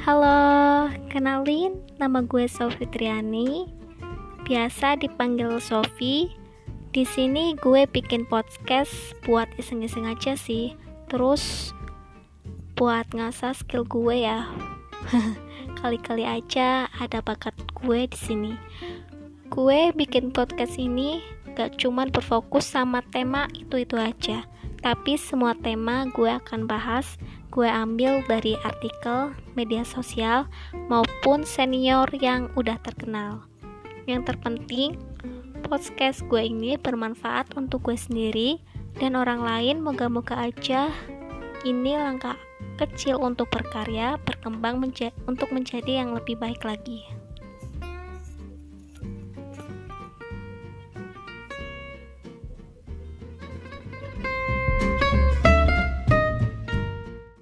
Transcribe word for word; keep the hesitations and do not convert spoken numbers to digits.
Halo, kenalin nama gue Sofi Triani, biasa dipanggil Sofi. Di sini gue bikin podcast buat iseng-iseng aja sih, terus buat ngasah skill gue ya. Kali-kali aja ada bakat gue di sini. Gue bikin podcast ini gak cuman berfokus sama tema itu-itu aja, tapi semua tema gue akan bahas. Gue ambil dari artikel, media sosial, maupun senior yang udah terkenal. Yang terpenting, podcast gue ini bermanfaat untuk gue sendiri dan orang lain. Moga-moga aja ini langkah kecil untuk berkarya, berkembang menja- untuk menjadi yang lebih baik lagi.